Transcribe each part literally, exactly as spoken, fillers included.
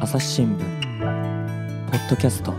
朝日新聞ポッドキャスト。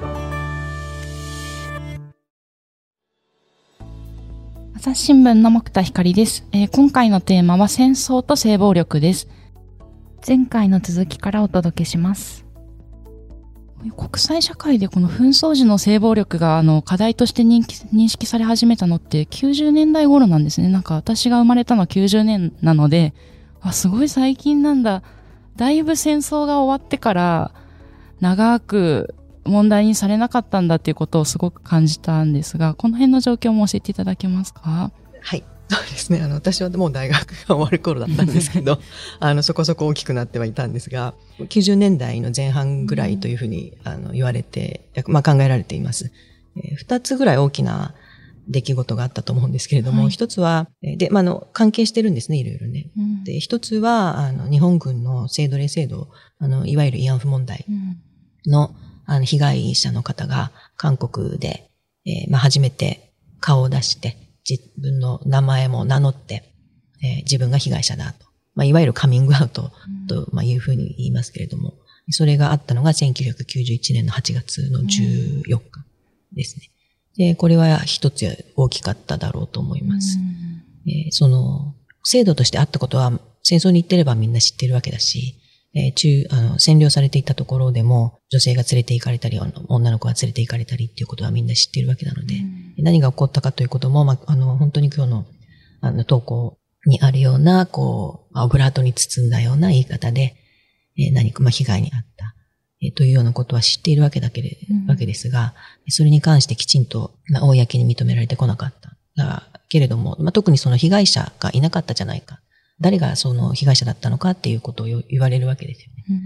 朝日新聞の木田光です、えー、今回のテーマは戦争と性暴力です。前回の続きからお届けします。国際社会でこの紛争時の性暴力があの課題として認識、認識され始めたのってきゅうじゅうねんだい頃なんですね。なんか私が生まれたのはきゅうじゅうねんなので、あ、すごい最近なんだ。だいぶ戦争が終わってから長く問題にされなかったんだっていうことをすごく感じたんですが、この辺の状況も教えていただけますか？ はい。そうですね。あの、私はもう大学が終わる頃だったんですけど、あの、そこそこ大きくなってはいたんですが、きゅうじゅうねんだいの前半ぐらいというふうに、うん、あの言われて、まあ考えられています。えー、二つぐらい大きな出来事があったと思うんですけれども、はい、一つは、で、まあ、あの、関係してるんですね、いろいろね。うん、で、一つは、あの、日本軍の性奴隷制度、あの、いわゆる慰安婦問題の、うん、あの、被害者の方が韓国で、えー、まあ、初めて顔を出して、自分の名前も名乗って、えー、自分が被害者だと。まあ、いわゆるカミングアウトと、まあ、いうふうに言いますけれども、それがあったのがせんきゅうひゃくきゅうじゅういちねんのはちがつのじゅうよっかですね。で、これは一つ大きかっただろうと思います。えー、その、制度としてあったことは、戦争に行ってればみんな知ってるわけだし、えー、中、あの、占領されていたところでも、女性が連れて行かれたり、女の子が連れて行かれたりっていうことはみんな知ってるわけなので、何が起こったかということも、まあ、あの、本当に今日の、あの、投稿にあるような、こう、オブラートに包んだような言い方で、えー、何か、まあ、被害に遭った。というようなことは知っているわけだけれ、うん、わけですが、それに関してきちんと、まあ、公に認められてこなかった。だけれども、まあ、特にその被害者がいなかったじゃないか。誰がその被害者だったのかっていうことを言われるわけですよね。うん、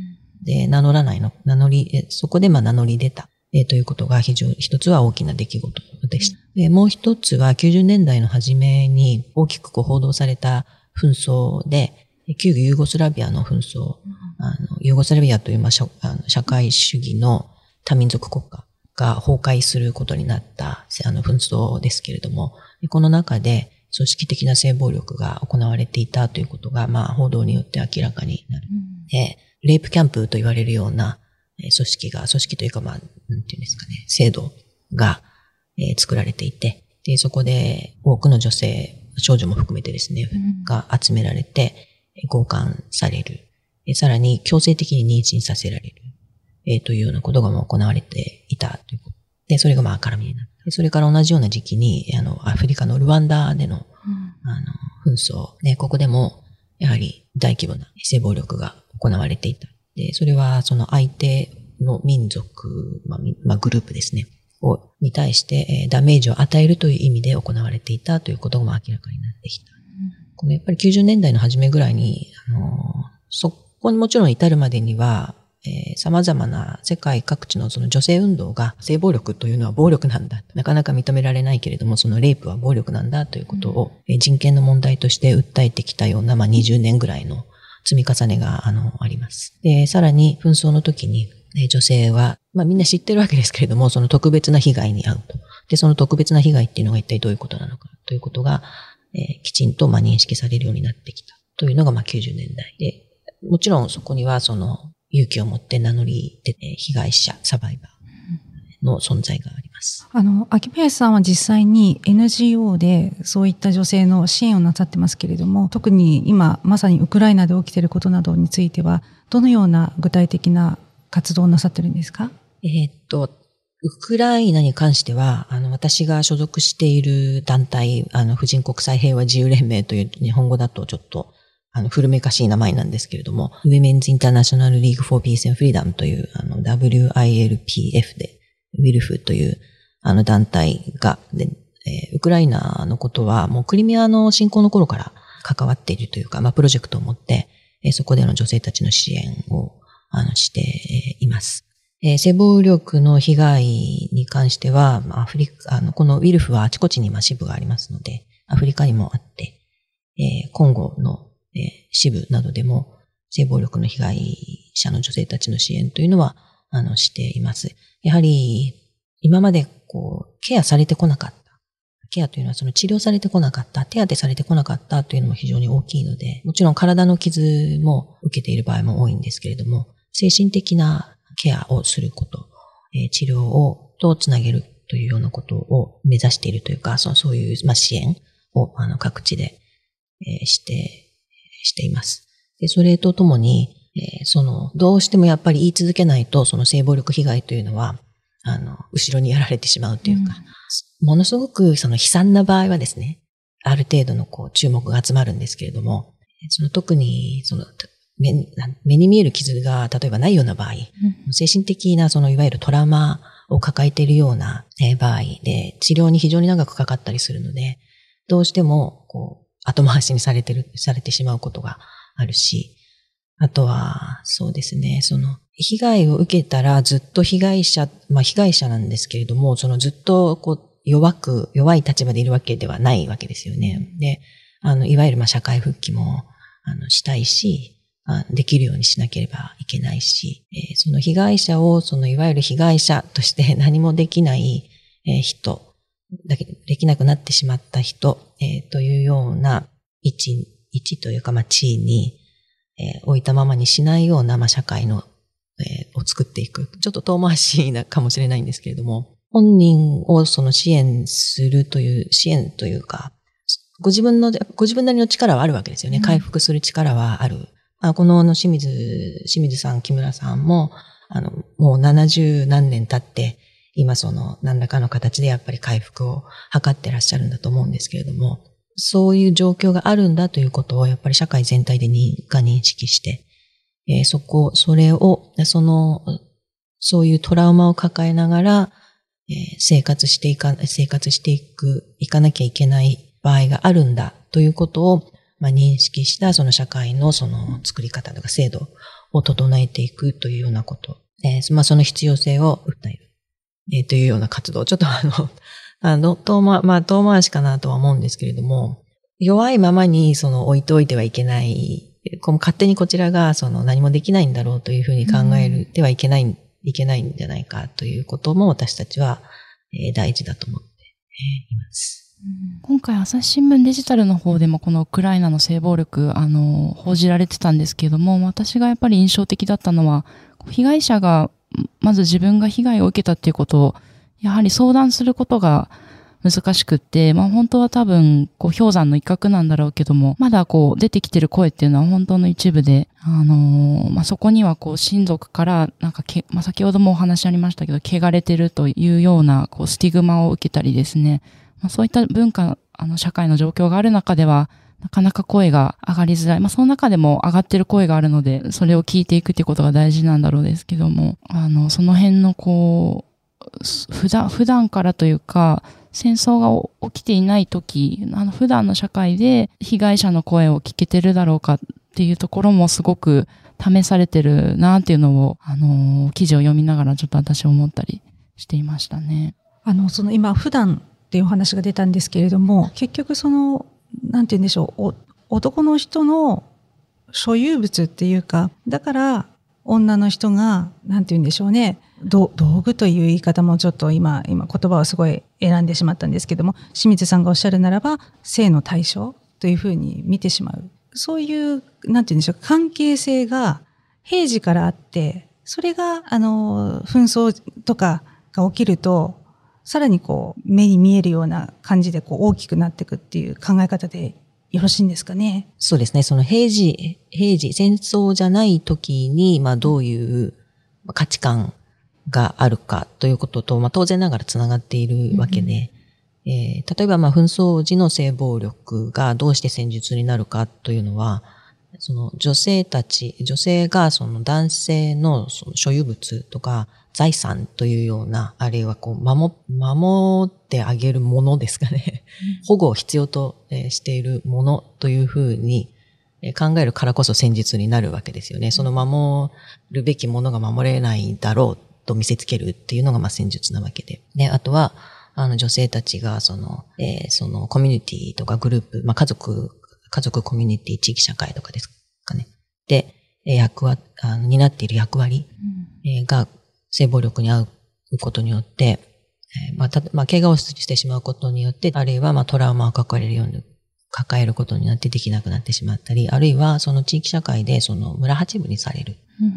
で、名乗らないの、名乗り、そこでまあ名乗り出た、えということが非常に一つは大きな出来事でした。うん、でもう一つはきゅうじゅうねんだいの初めに大きくこう報道された紛争で、旧ユーゴスラビアの紛争、あのユーゴスラビアという、まあ、社, あの社会主義の多民族国家が崩壊することになったあの紛争ですけれども、この中で組織的な性暴力が行われていたということが、まあ、報道によって明らかになる。うん、で、レイプキャンプと言われるような組織が、組織というか、まあ、なんていうんですかね、制度が、えー、作られていて、で、そこで多くの女性、少女も含めてですね、うん、が集められて、強姦される。さらに強制的に妊娠させられる。えー、というようなことが行われていたということ。で、それがまあ明るみになった。それから同じような時期に、あの、アフリカのルワンダでの、うん、あの、紛争。ね、ここでも、やはり大規模な性暴力が行われていた。で、それはその相手の民族、まあ、まあ、グループですね。を、に対して、えー、ダメージを与えるという意味で行われていたということが明らかになってきた。このやっぱりきゅうじゅうねんだいの初めぐらいに、あのー、そこにもちろん至るまでには、えー、様々な世界各地のその女性運動が性暴力というのは暴力なんだ。なかなか認められないけれども、そのレイプは暴力なんだということを、うん、人権の問題として訴えてきたような、まあ、にじゅうねんぐらいの積み重ねが、あの、あります。で、さらに紛争の時に、女性は、まあみんな知ってるわけですけれども、その特別な被害に遭うと。で、その特別な被害っていうのが一体どういうことなのかということが、えー、きちんとまあ認識されるようになってきたというのがまあきゅうじゅうねんだいで、もちろんそこにはその勇気を持って名乗り出て被害者、サバイバーの存在があります。 あの、秋林さんは実際に エヌジーオー でそういった女性の支援をなさってますけれども、特に今まさにウクライナで起きていることなどについては、どのような具体的な活動をなさってるんですか？ えー、っと、ウクライナに関しては、あの、私が所属している団体、あの、婦人国際平和自由連盟という日本語だとちょっと、あの、古めかしい名前なんですけれども、Women's International League for Peace and Freedom という、あの、ダブリューアイエルピーエフ で、ウィルフという、あの、団体が、で、えー、ウクライナのことは、もうクリミアの侵攻の頃から関わっているというか、まあ、プロジェクトを持って、えー、そこでの女性たちの支援を、あの、しています。えー、性暴力の被害に関しては、アフリカ、あの、このウィルフはあちこちに支部がありますので、アフリカにもあって、えー、コンゴの、えー、支部などでも性暴力の被害者の女性たちの支援というのは、あの、しています。やはり、今まで、こう、ケアされてこなかった。ケアというのはその治療されてこなかった、手当てされてこなかったというのも非常に大きいので、もちろん体の傷も受けている場合も多いんですけれども、精神的なケアをすること、えー、治療をとつなげるというようなことを目指しているというか、そのそういう、まあ、支援をあの各地で、えー、して、しています。で、それとともに、えー、その、どうしてもやっぱり言い続けないと、その性暴力被害というのは、あの、後ろにやられてしまうというか、うん、ものすごくその悲惨な場合はですね、ある程度のこう注目が集まるんですけれども、その特にその目、目に見える傷が例えばないような場合、うん、精神的なそのいわゆるトラウマを抱えているような場合で、治療に非常に長くかかったりするので、どうしてもこう後回しにされてる、されてしまうことがあるし、あとは、そうですね、その、被害を受けたらずっと被害者、まあ被害者なんですけれども、そのずっとこう弱く、弱い立場でいるわけではないわけですよね。で、あの、いわゆるまあ社会復帰も、あの、したいし、できるようにしなければいけないし、えー、その被害者を、そのいわゆる被害者として何もできない人、だけできなくなってしまった人、えー、というような位置、位置というか、まあ地位に、えー、置いたままにしないような、まあ、社会の、えー、を作っていく。ちょっと遠回しなかもしれないんですけれども、本人をその支援するという、支援というか、ご自分の、ご自分なりの力はあるわけですよね。回復する力はある。うん、あこの、あの、清水、清水さん、木村さんも、あの、もう七十何年経って、今その、何らかの形でやっぱり回復を図ってらっしゃるんだと思うんですけれども、そういう状況があるんだということをやっぱり社会全体でにが認識して、えー、そこ、それを、その、そういうトラウマを抱えながら、えー、生活していか、生活していく、いかなきゃいけない場合があるんだということを、まあ、認識したその社会のその作り方とか制度を整えていくというようなこと、えー、まあその必要性を訴える、えー、というような活動、ちょっとあの、あの、遠回、まあ、遠回しかなとは思うんですけれども、弱いままに、その、置いておいてはいけない、こう勝手にこちらが、その、何もできないんだろうというふうに考える、ではいけない、いけないんじゃないかということも、私たちは、えー、大事だと思っています。 今回、朝日新聞デジタルの方でも、このウクライナの性暴力、あの、報じられてたんですけれども、私がやっぱり印象的だったのは、被害者が、まず自分が被害を受けたっていうことを、やはり相談することが難しくって、まあ本当は多分、こう氷山の一角なんだろうけども、まだこう出てきてる声っていうのは本当の一部で、あのー、まあそこにはこう親族から、なんかけ、まあ先ほどもお話ありましたけど、汚れてるというような、こうスティグマを受けたりですね、まあそういった文化、あの社会の状況がある中では、なかなか声が上がりづらい。まあその中でも上がってる声があるので、それを聞いていくっていうことが大事なんだろうですけども、あの、その辺のこう、普段、普段からというか、戦争が起きていないとき、あの、普段の社会で被害者の声を聞けてるだろうかっていうところもすごく試されてるなっていうのを、あの、記事を読みながらちょっと私思ったりしていましたね。 あの、その今、普段っていうお話が出たんですけれども、結局その、なんて言うんでしょう、お男の人の所有物っていうか、だから、女の人が、なんて言うんでしょうね、道具という言い方もちょっと今、今言葉をすごい選んでしまったんですけども、清水さんがおっしゃるならば、性の対象というふうに見てしまう。そういう、なんて言うんでしょう、関係性が平時からあって、それが、あの、紛争とかが起きると、さらにこう、目に見えるような感じでこう大きくなっていくっていう考え方でよろしいんですかね。 そうですね。その平時、平時、戦争じゃない時に、まあどういう価値観があるかということと、まあ当然ながらつながっているわけで、うんえー、例えばまあ紛争時の性暴力がどうして戦術になるかというのは、その女性たち、女性がその男性のその所有物とか財産というような、あるいはこう守、守ってあげるものですかね。うん、保護を必要としているものというふうに考えるからこそ戦術になるわけですよね。その守るべきものが守れないだろうと見せつけるっていうのがまあ戦術なわけで。で、あとは、あの女性たちがその、えー、そのコミュニティとかグループ、まあ家族、家族コミュニティ、地域社会とかですかね。で、役割、あの担っている役割、うん、が性暴力に遭うことによって、えー、まあ、た、まあ、怪我をしてしまうことによって、あるいはまあトラウマを抱えるように、抱えることになってできなくなってしまったり、あるいはその地域社会でその村八分にされる。うん、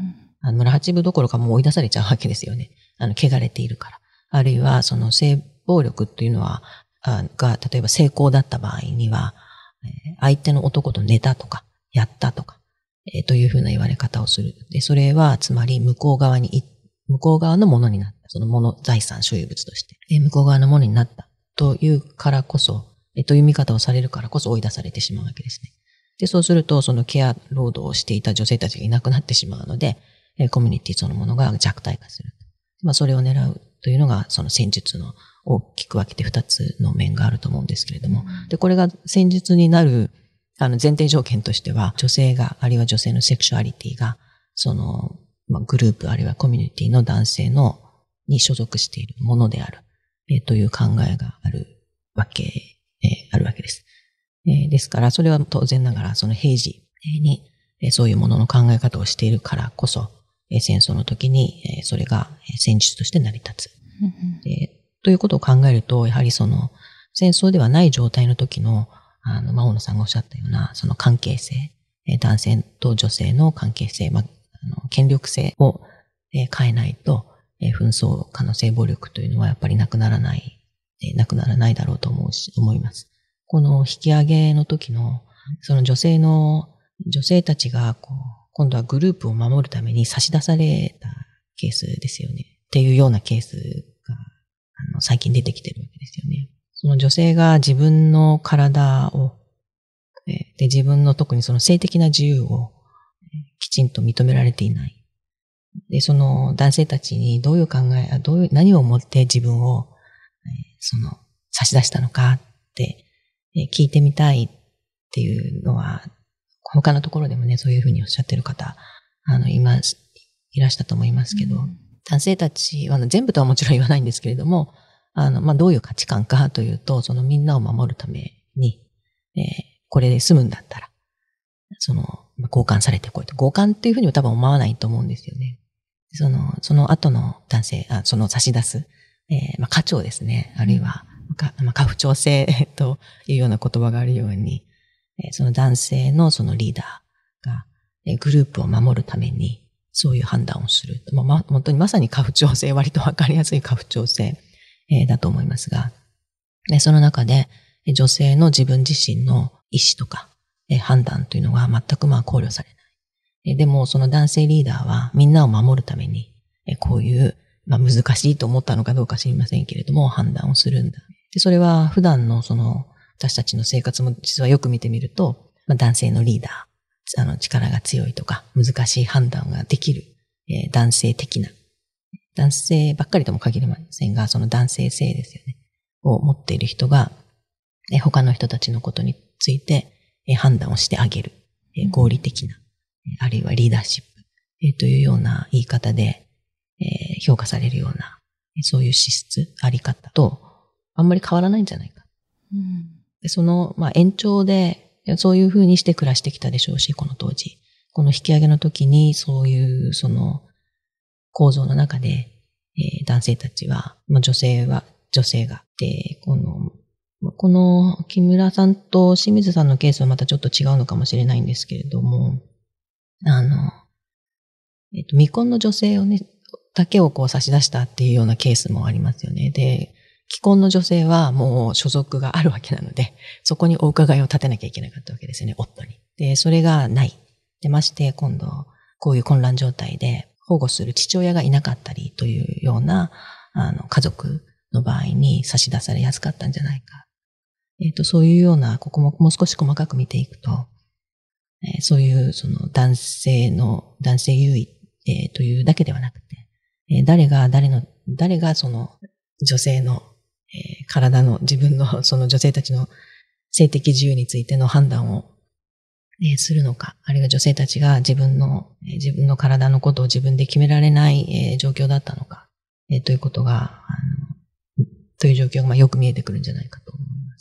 あの村八分どころかもう追い出されちゃうわけですよね。あの、汚れているから。あるいは、その性暴力っていうのは、あが、例えば成功だった場合には、えー、相手の男と寝たとか、やったとか、えー、というふうな言われ方をする。で、それは、つまり向こう側に、向こう側のものになった。そのもの、財産、所有物として。で、向こう側のものになったというからこそ、えー、という見方をされるからこそ追い出されてしまうわけですね。で、そうすると、そのケア労働をしていた女性たちがいなくなってしまうので、えー、コミュニティそのものが弱体化する。まあ、それを狙うというのが、その戦術の大きく分けて二つの面があると思うんですけれども。うん、で、これが戦術になる、あの、前提条件としては、女性が、あるいは女性のセクシュアリティが、その、まあ、グループ、あるいはコミュニティの男性の、に所属しているものである、えー、という考えがあるわけ、えー、あるわけです。えー、ですから、それは当然ながら、その平時に、えー、そういうものの考え方をしているからこそ、えー、戦争の時に、えー、それが戦術として成り立つ。えーということを考えると、やはりその戦争ではない状態の時の、あの、大野さんがおっしゃったような、その関係性、男性と女性の関係性、まあ、あの権力性を変えないと、紛争可能性暴力というのはやっぱりなくならない、なくならないだろうと思うし、思います。この引き上げの時の、その女性の、女性たちが、こう、今度はグループを守るために差し出されたケースですよね。っていうようなケースが、あの、最近出てきてるわけですよね。その女性が自分の体を、で、自分の特にその性的な自由をきちんと認められていない。で、その男性たちにどういう考え、どういう、何をもって自分を、その、差し出したのかって聞いてみたいっていうのは、他のところでもね、そういうふうにおっしゃってる方、あの、います、いらしたと思いますけど、うん男性たちは、全部とはもちろん言わないんですけれども、あの、まあ、どういう価値観かというと、そのみんなを守るために、えー、これで済むんだったら、その、強姦されてこいと。強姦っていうふうには多分思わないと思うんですよね。その、その後の男性、あその差し出す、えー、まあ、家長ですね。あるいは、かまあ、家父長制というような言葉があるように、えー、その男性のそのリーダーが、えー、グループを守るために、そういう判断をする。まあ、ま、本当にまさに家父長制、割とわかりやすい家父長制、えー、だと思いますが、でその中で女性の自分自身の意思とか、えー、判断というのは全くまあ考慮されない。えー、でもその男性リーダーはみんなを守るために、えー、こういう、まあ、難しいと思ったのかどうか知りませんけれども判断をするんだ。でそれは普段のその私たちの生活も実はよく見てみると、まあ、男性のリーダー、あの力が強いとか難しい判断ができる、えー、男性的な男性ばっかりとも限りませんがその男性性ですよねを持っている人が、えー、他の人たちのことについて、えー、判断をしてあげる、えー、合理的な、うん、あるいはリーダーシップ、えー、というような言い方で、えー、評価されるようなそういう資質あり方とあんまり変わらないんじゃないか、うん、でその、まあ、延長でそういうふうにして暮らしてきたでしょうし、この当時。この引き上げの時に、そういう、その、構造の中で、えー、男性たちは、まあ、女性は、女性が。で、この、この木村さんと清水さんのケースはまたちょっと違うのかもしれないんですけれども、あの、えっと、未婚の女性をね、だけをこう差し出したっていうようなケースもありますよね。で、既婚の女性はもう所属があるわけなので、そこにお伺いを立てなきゃいけなかったわけですよね、夫に。で、それがない。で、まして今度、こういう混乱状態で保護する父親がいなかったりというような、あの、家族の場合に差し出されやすかったんじゃないか。えっと、そういうような、ここももう少し細かく見ていくと、えー、そういうその男性の、男性優位、えー、というだけではなくて、えー、誰が誰の、誰がその女性のえー、体の自分のその女性たちの性的自由についての判断を、えー、するのか、あるいは女性たちが自分の、えー、自分の体のことを自分で決められない、えー、状況だったのか、えー、ということが、あのという状況がまあよく見えてくるんじゃないかと思います。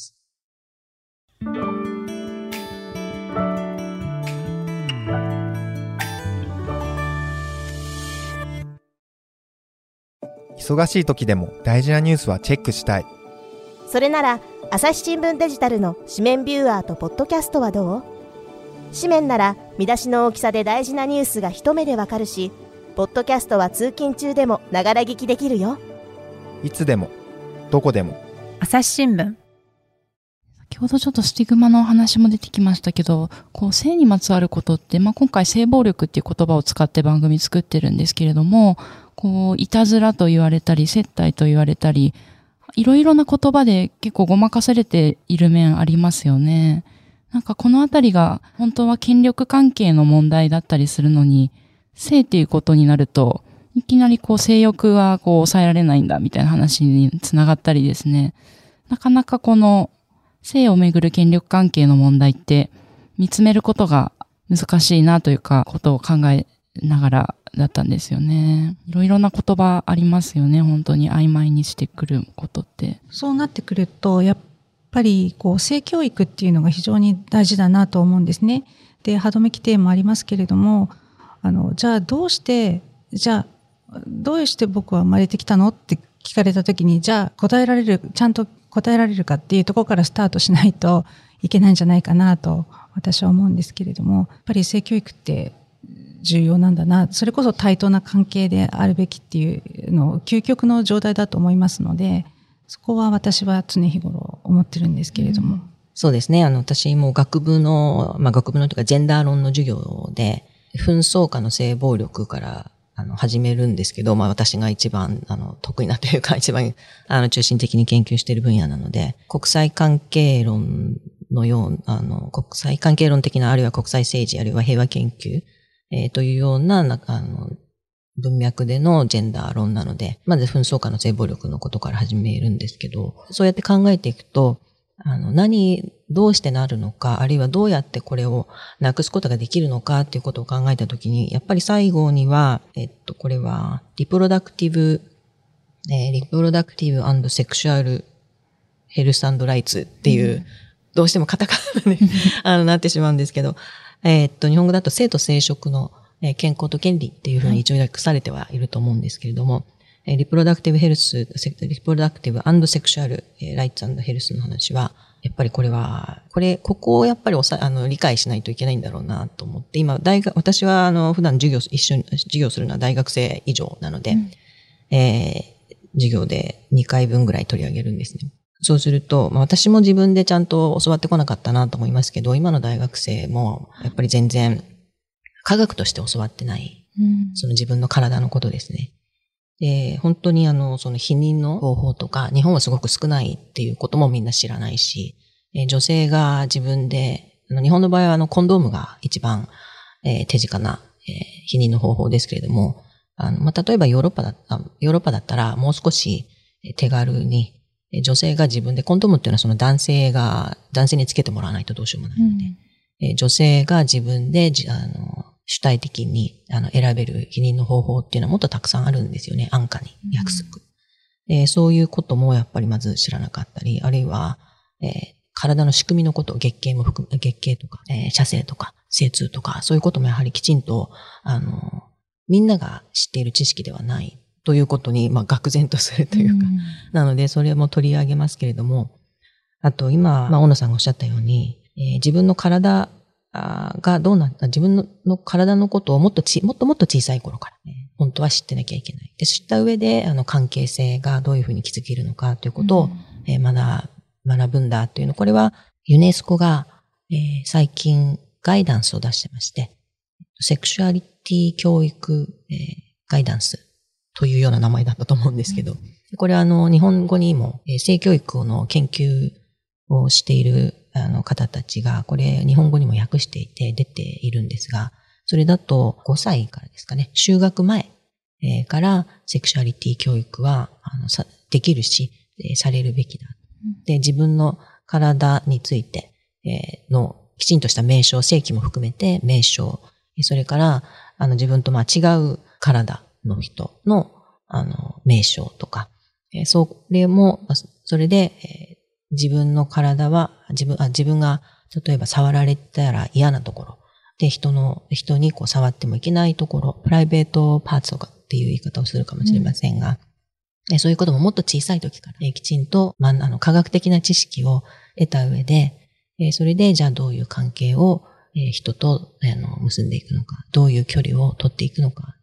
忙しい時でも大事なニュースはチェックしたい。 それなら朝日新聞デジタルの紙面ビューアーとポッドキャストはどう？紙面なら見出しの大きさで大事なニュースが一目でわかるし、 ポッドキャストは通勤中でもながら聞きできるよ。 いつでもどこでも朝日新聞。 先ほどちょっとスティグマのお話も出てきましたけど、こう性にまつわることって、まあ、今回性暴力っていう言葉を使って番組作ってるんですけれども、こういたずらと言われたり接待と言われたり、いろいろな言葉で結構ごまかされている面ありますよね。なんかこのあたりが本当は権力関係の問題だったりするのに、性っていうことになるといきなりこう性欲はこう抑えられないんだみたいな話につながったりですね。なかなかこの性をめぐる権力関係の問題って見つめることが難しいなというかことを考えながらだったんですよね。いろいろな言葉ありますよね。本当に曖昧にしてくることって。 そうなってくると、やっぱりこう性教育っていうのが非常に大事だなと思うんですね。で、歯止め規定もありますけれども、あの、じゃあどうして、じゃあどうして僕は生まれてきたのって聞かれたときに、じゃあ答えられる、ちゃんと答えられるかっていうところからスタートしないといけないんじゃないかなと私は思うんですけれども、やっぱり性教育って重要なんだな、それこそ対等な関係であるべきっていうのを究極の状態だと思いますので、そこは私は常日頃思ってるんですけれども、うん、 そうですね。あの私も学部のまあ学部のというかジェンダー論の授業で紛争下の性暴力からあの始めるんですけど、まあ私が一番あの得意なというか一番あの中心的に研究している分野なので、国際関係論のようなあの国際関係論的な、あるいは国際政治、あるいは平和研究、えー、というようななあの文脈でのジェンダー論なので、まず紛争下の性暴力のことから始めるんですけど、そうやって考えていくと、あの何どうしてなるのか、あるいはどうやってこれをなくすことができるのかっていうことを考えたときに、やっぱり最後には、えっと、これは、リプロダクティブ、えー、リプロダクティブ&セクシュアルヘルス&ライツっていう、うん、どうしてもカタカナであのなってしまうんですけど、えっと、日本語だと性と生殖の健康と権利っていうふうに一応訳されてはいると思うんですけれども、はい、リプロダクティブヘルス、リプロダクティブ&セクシュアルライツ&ヘルスの話は、やっぱりこれは、これ、ここをやっぱりおさあの理解しないといけないんだろうなと思って、今、大学、私はあの普段授業、一緒に授業するのは大学生以上なので、うん、えー、授業でにかいぶんぐらい取り上げるんですね。そうすると、まあ、私も自分でちゃんと教わってこなかったなと思いますけど、今の大学生もやっぱり全然科学として教わってない、うん、その自分の体のことですね。で、本当にあの、その避妊の方法とか、日本はすごく少ないっていうこともみんな知らないし、えー、女性が自分で、日本の場合はあの、コンドームが一番、えー、手近な、えー、避妊の方法ですけれども、あの、まあ、例えばヨーロッパだった、ヨーロッパだったらもう少し手軽に、女性が自分で、コンドームっていうのはその男性が、男性につけてもらわないとどうしようもないので、うん、えー、女性が自分で、あの、主体的にあの選べる避妊の方法っていうのはもっとたくさんあるんですよね。安価に安く、うん、えー。そういうこともやっぱりまず知らなかったり、あるいは、えー、体の仕組みのこと、月経も含む、月経とか、えー、射精とか、精通とか、そういうこともやはりきちんと、あの、みんなが知っている知識ではないということに、まあ、愕然とするというか、うん、なのでそれも取り上げますけれども、あと今、まあ、大野さんがおっしゃったように、えー、自分の体がどうなった、自分の体のことをもっとち、もっともっと小さい頃から、ね、本当は知ってなきゃいけない。で、知った上で、あの、関係性がどういうふうに築けるのかということを、うん、えー、学、学ぶんだというの。これは、ユネスコが、えー、最近ガイダンスを出してまして、セクシュアリティ教育、えー、ガイダンスというような名前だったと思うんですけど、うん、これはあの、日本語にも、えー、性教育の研究をしているあの方たちが、これ日本語にも訳していて出ているんですが、それだとごさいからですかね、就学前からセクシュアリティ教育はあのさできるし、されるべきだ。で、自分の体についてのきちんとした名称、性器も含めて名称、それからあの自分とまあ違う体の人のあの名称とか、それも、それで、自分の体は、自分、あ、自分が、例えば触られたら嫌なところ。で、人の、人にこう触ってもいけないところ、プライベートパーツとかっていう言い方をするかもしれませんが、うん、そういうことももっと小さい時から、きちんと、まあ、あの、科学的な知識を得た上で、それで、じゃあどういう関係を、人と、あの、結んでいくのか、どういう距離を取っていくのか、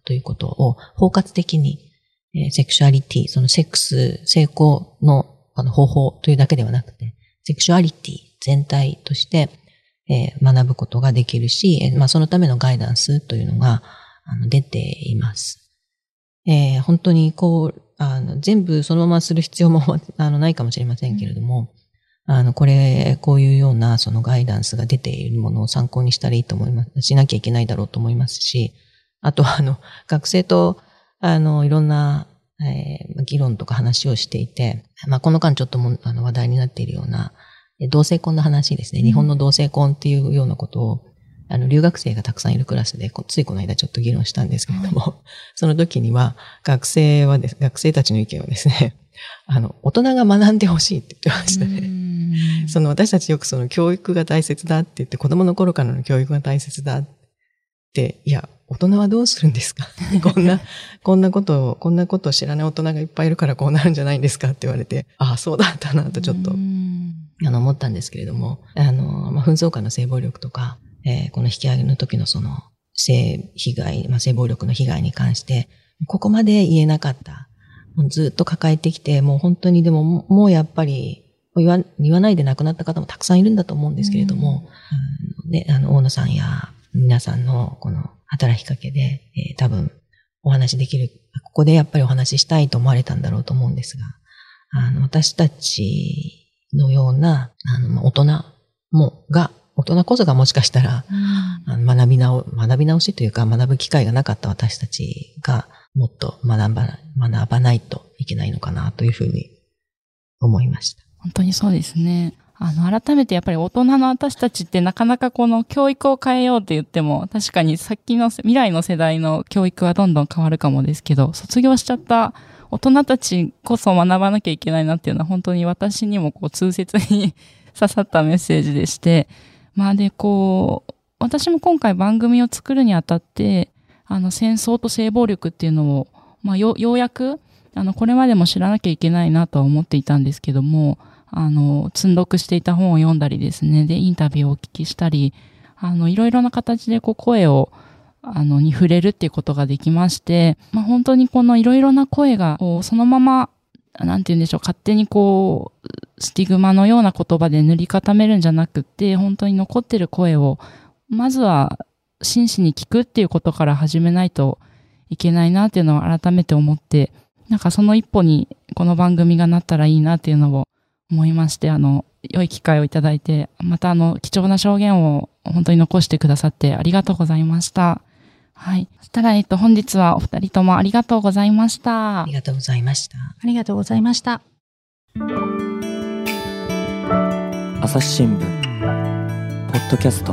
ということを包括的に、えー、セクシュアリティ、そのセックス、性交のあの方法というだけではなくて、セクシュアリティ全体として、えー、学ぶことができるし、えーまあ、そのためのガイダンスというのがあの出ています。えー、本当にこう、あの全部そのままする必要もあのないかもしれませんけれども、あの、これ、こういうようなそのガイダンスが出ているものを参考にしたらいいと思います。しなきゃいけないだろうと思いますし、あとはあの、学生と、あの、いろんな、えー、議論とか話をしていて、まあ、この間ちょっともあの話題になっているような、同性婚の話ですね。日本の同性婚っていうようなことを、あの、留学生がたくさんいるクラスで、ついこの間ちょっと議論したんですけれども、うん、その時には、学生はです、学生たちの意見はですね、あの、大人が学んでほしいって言ってましたね。その私たちよくその教育が大切だって言って、子供の頃からの教育が大切だって、いや、大人はどうするんですかこんな、こんなことを、こんなことを知らない大人がいっぱいいるからこうなるんじゃないんですかって言われて、ああ、そうだったなとちょっと、あの、思ったんですけれども、あの、まあ、紛争下の性暴力とか、えー、この引き上げの時のその、性被害、まあ、性暴力の被害に関して、ここまで言えなかった。もうずっと抱えてきて、もう本当にでも、もうやっぱり言わ、言わないで亡くなった方もたくさんいるんだと思うんですけれども、うん、ね、あの、大野さんや皆さんのこの働きかけで、えー、多分お話できる、ここでやっぱりお話ししたいと思われたんだろうと思うんですが、あの、私たちのような、あの、大人も、が、大人こそがもしかしたら、うん、あの学び直、学び直しというか学ぶ機会がなかった私たちがもっと学ば、学ばないといけないのかなというふうに思いました。 本当にそうですね。あの、改めてやっぱり大人の私たちってなかなかこの教育を変えようって言っても、確かに先の未来の世代の教育はどんどん変わるかもですけど、卒業しちゃった大人たちこそ学ばなきゃいけないなっていうのは本当に私にもこう痛切に刺さったメッセージでして、まあで、こう、私も今回番組を作るにあたって、あの、戦争と性暴力っていうのを、まあ、よ、ようやく、あの、これまでも知らなきゃいけないなとは思っていたんですけども、あの、積読していた本を読んだりですね、で、インタビューをお聞きしたり、あの、いろいろな形でこう、声を、あの、に触れるっていうことができまして、まあ、本当にこのいろいろな声が、こう、そのまま、なんて言うんでしょう、勝手にこう、スティグマのような言葉で塗り固めるんじゃなくって、本当に残ってる声を、まずは真摯に聞くっていうことから始めないといけないなっていうのを改めて思って、なんかその一歩にこの番組がなったらいいなっていうのを思いまして、あの、良い機会をいただいて、またあの、貴重な証言を本当に残してくださってありがとうございました。はい。そしたら、えっと、本日はお二人ともありがとうございました。 ありがとうございました。 ありがとうございました。 朝日新聞ポッドキャスト。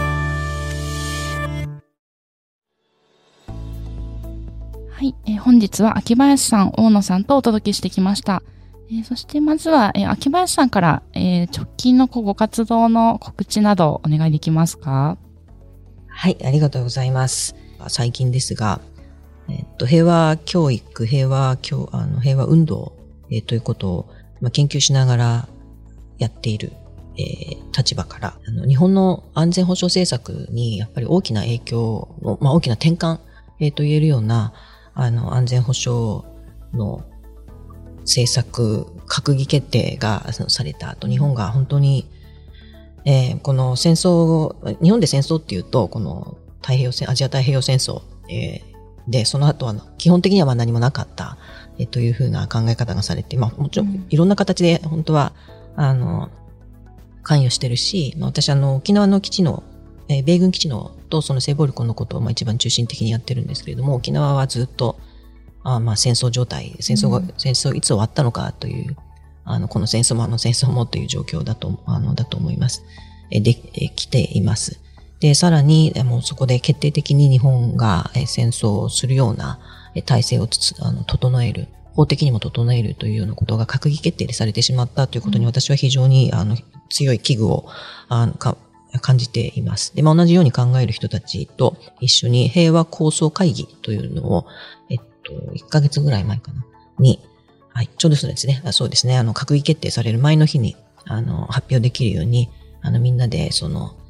はい、えー、本日は秋林さん、大野さんとお届けしてきました。えー、そしてまずは、えー、秋林さんから、えー、直近のご活動の告知などお願いできますか？ はい、ありがとうございます。最近ですが、えっと、平和教育、平和教、あの、平和運動、えー、ということを、まあ、研究しながらやっている、えー、立場から、あの、日本の安全保障政策にやっぱり大きな影響の、まあ、大きな転換、えー、と言えるような、あの、安全保障の政策、閣議決定がされた後、日本が本当に、えー、この戦争、日本で戦争っていうと、この太平洋戦、アジア太平洋戦争、えー、で、その後は基本的にはまあ何もなかった、えー、というふうな考え方がされて、まあもちろんいろんな形で本当は、あの、関与してるし、まあ、私あの、沖縄の基地の、えー、米軍基地のとその性暴力のことをまあ一番中心的にやってるんですけれども、沖縄はずっと、あまあ戦争状態、戦争が、うん、戦争いつ終わったのかという、あの、この戦争もあの戦争もという状況だと、あの、だと思います。え、で、え、来ています。で、さらに、もうそこで決定的に日本が戦争をするような体制をつつ、あの、整える、法的にも整えるというようなことが閣議決定でされてしまったということに私は非常に、あの、強い危惧を、あの、か、感じています。で、まあ、同じように考える人たちと一緒に平和構想会議というのを、えっと、いっかげつぐらい前かな、に、はい、ちょうどそうですね。そうですね。あの、閣議決定される前の日に、あの、発表できるように、あの、みんなで、その、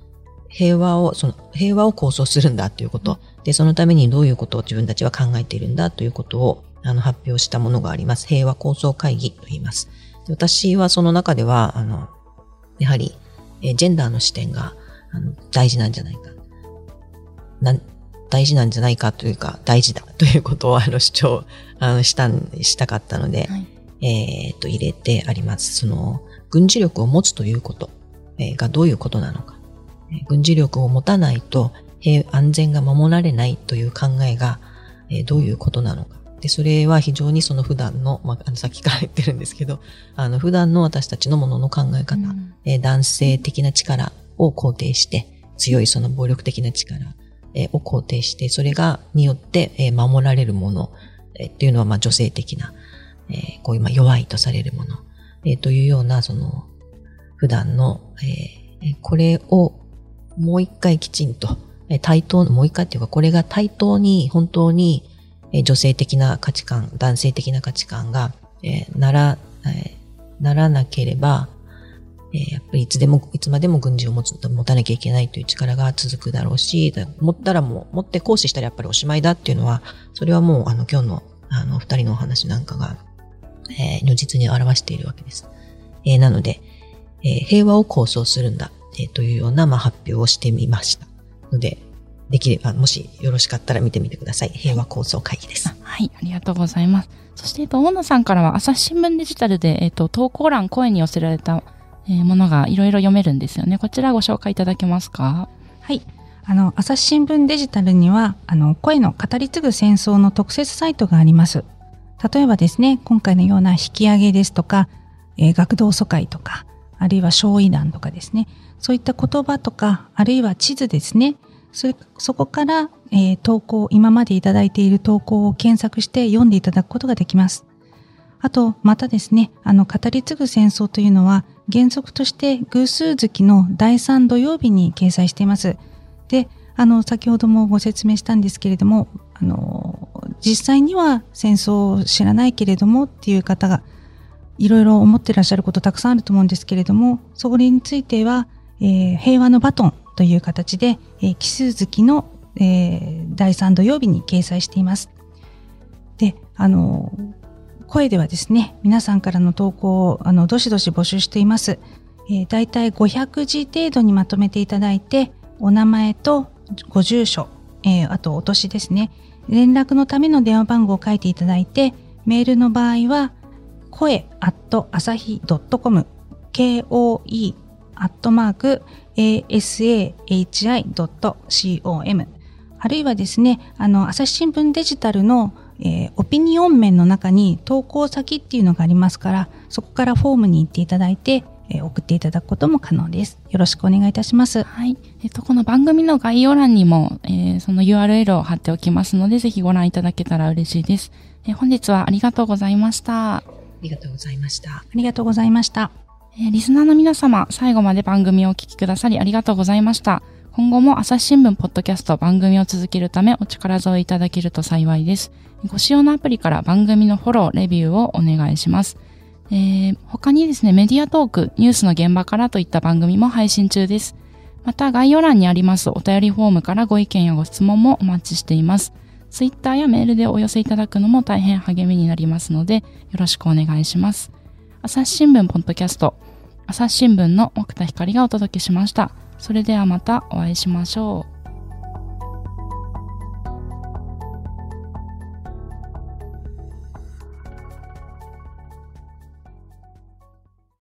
平和を、その平和を構想するんだということ。で、そのためにどういうことを自分たちは考えているんだということをあの発表したものがあります。平和構想会議と言います。で、私はその中では、あの、やはり、えジェンダーの視点があの大事なんじゃないか。な大事なんじゃないかというか、大事だということをあの主張あのしたん、したかったので、はい、えっと、入れてあります。その、軍事力を持つということ、えー、がどういうことなのか。えー、軍事力を持たないと平安全が守られないという考えが、えー、どういうことなのか。で、それは非常にその普段の、まあ、あの、さっきから言ってるんですけど、あの、普段の私たちのものの考え方、うん、えー、男性的な力を肯定して、強いその暴力的な力、えー、を肯定して、それが、によって、えー、守られるもの、えー、っていうのは、まあ、女性的な、えー、こういう、まあ、弱いとされるもの、えー、というような、その、普段の、えー、これを、もう一回きちんと、えー、対等、もう一回っていうか、これが対等に、本当に、女性的な価値観、男性的な価値観が、えー、なら、えー、ならなければ、えー、やっぱりいつでも、いつまでも軍事を持つ、持たなきゃいけないという力が続くだろうし、持ったらもう、持って行使したらやっぱりおしまいだっていうのは、それはもう、あの、今日の、あの、二人のお話なんかが、えー、如実に表しているわけです。えー、なので、えー、平和を構想するんだ、えー、というような、まあ、発表をしてみました。ので、できれば、もしよろしかったら見てみてください。平和構想会議です。 はい、ありがとうございます。そして、えっと、大野さんからは、朝日新聞デジタルで、えっと、投稿欄、声に寄せられた、えー、ものがいろいろ読めるんですよね。こちらご紹介いただけますか？ はい。あの、朝日新聞デジタルには、あの、声の語り継ぐ戦争の特設サイトがあります。例えばですね、今回のような引き上げですとか、えー、学童疎開とか、あるいは焼夷弾とかですね、そういった言葉とか、あるいは地図ですね、そ, そこから、えー、投稿、今までいただいている投稿を検索して読んでいただくことができます。あと、またですね、あの、語り継ぐ戦争というのは、原則として偶数月のだいさん土曜日に掲載しています。で、あの、先ほどもご説明したんですけれども、あの、実際には戦争を知らないけれどもっていう方が、いろいろ思ってらっしゃることたくさんあると思うんですけれども、それについては、えー、平和のバトンという形で、えー、奇数月の、えー、だいさん土曜日に掲載しています。で、あの、声ではですね、皆さんからの投稿を、あの、どしどし募集しています。えー、だいたいごひゃくじ程度にまとめていただいて、お名前とご住所、えー、あとお年ですね、連絡のための電話番号を書いていただいて、メールの場合は、声アット朝日ドットコム、ケーオーイー アットマーク エーエスエーエイチアイ ドット コム、あるいはですね、あの、朝日新聞デジタルの、えー、オピニオン面の中に投稿先っていうのがありますから、そこからフォームに行っていただいて、えー、送っていただくことも可能です。よろしくお願いいたします。 はい。えっと、この番組の概要欄にも、えー、その ユーアールエル を貼っておきますので、ぜひご覧いただけたら嬉しいです。えー、本日はありがとうございました。 ありがとうございました。 ありがとうございました。 えー、リスナーの皆様、最後まで番組をお聞きくださりありがとうございました。今後も朝日新聞ポッドキャスト番組を続けるためお力添えいただけると幸いです。ご使用のアプリから番組のフォロー、レビューをお願いします。えー、他にですね、メディアトーク、ニュースの現場からといった番組も配信中です。また概要欄にありますお便りフォームからご意見やご質問もお待ちしています。ツイッターやメールでお寄せいただくのも大変励みになりますので、よろしくお願いします。朝日新聞ポッドキャスト、朝日新聞の奥田ひかりがお届けしました。それではまたお会いしましょう。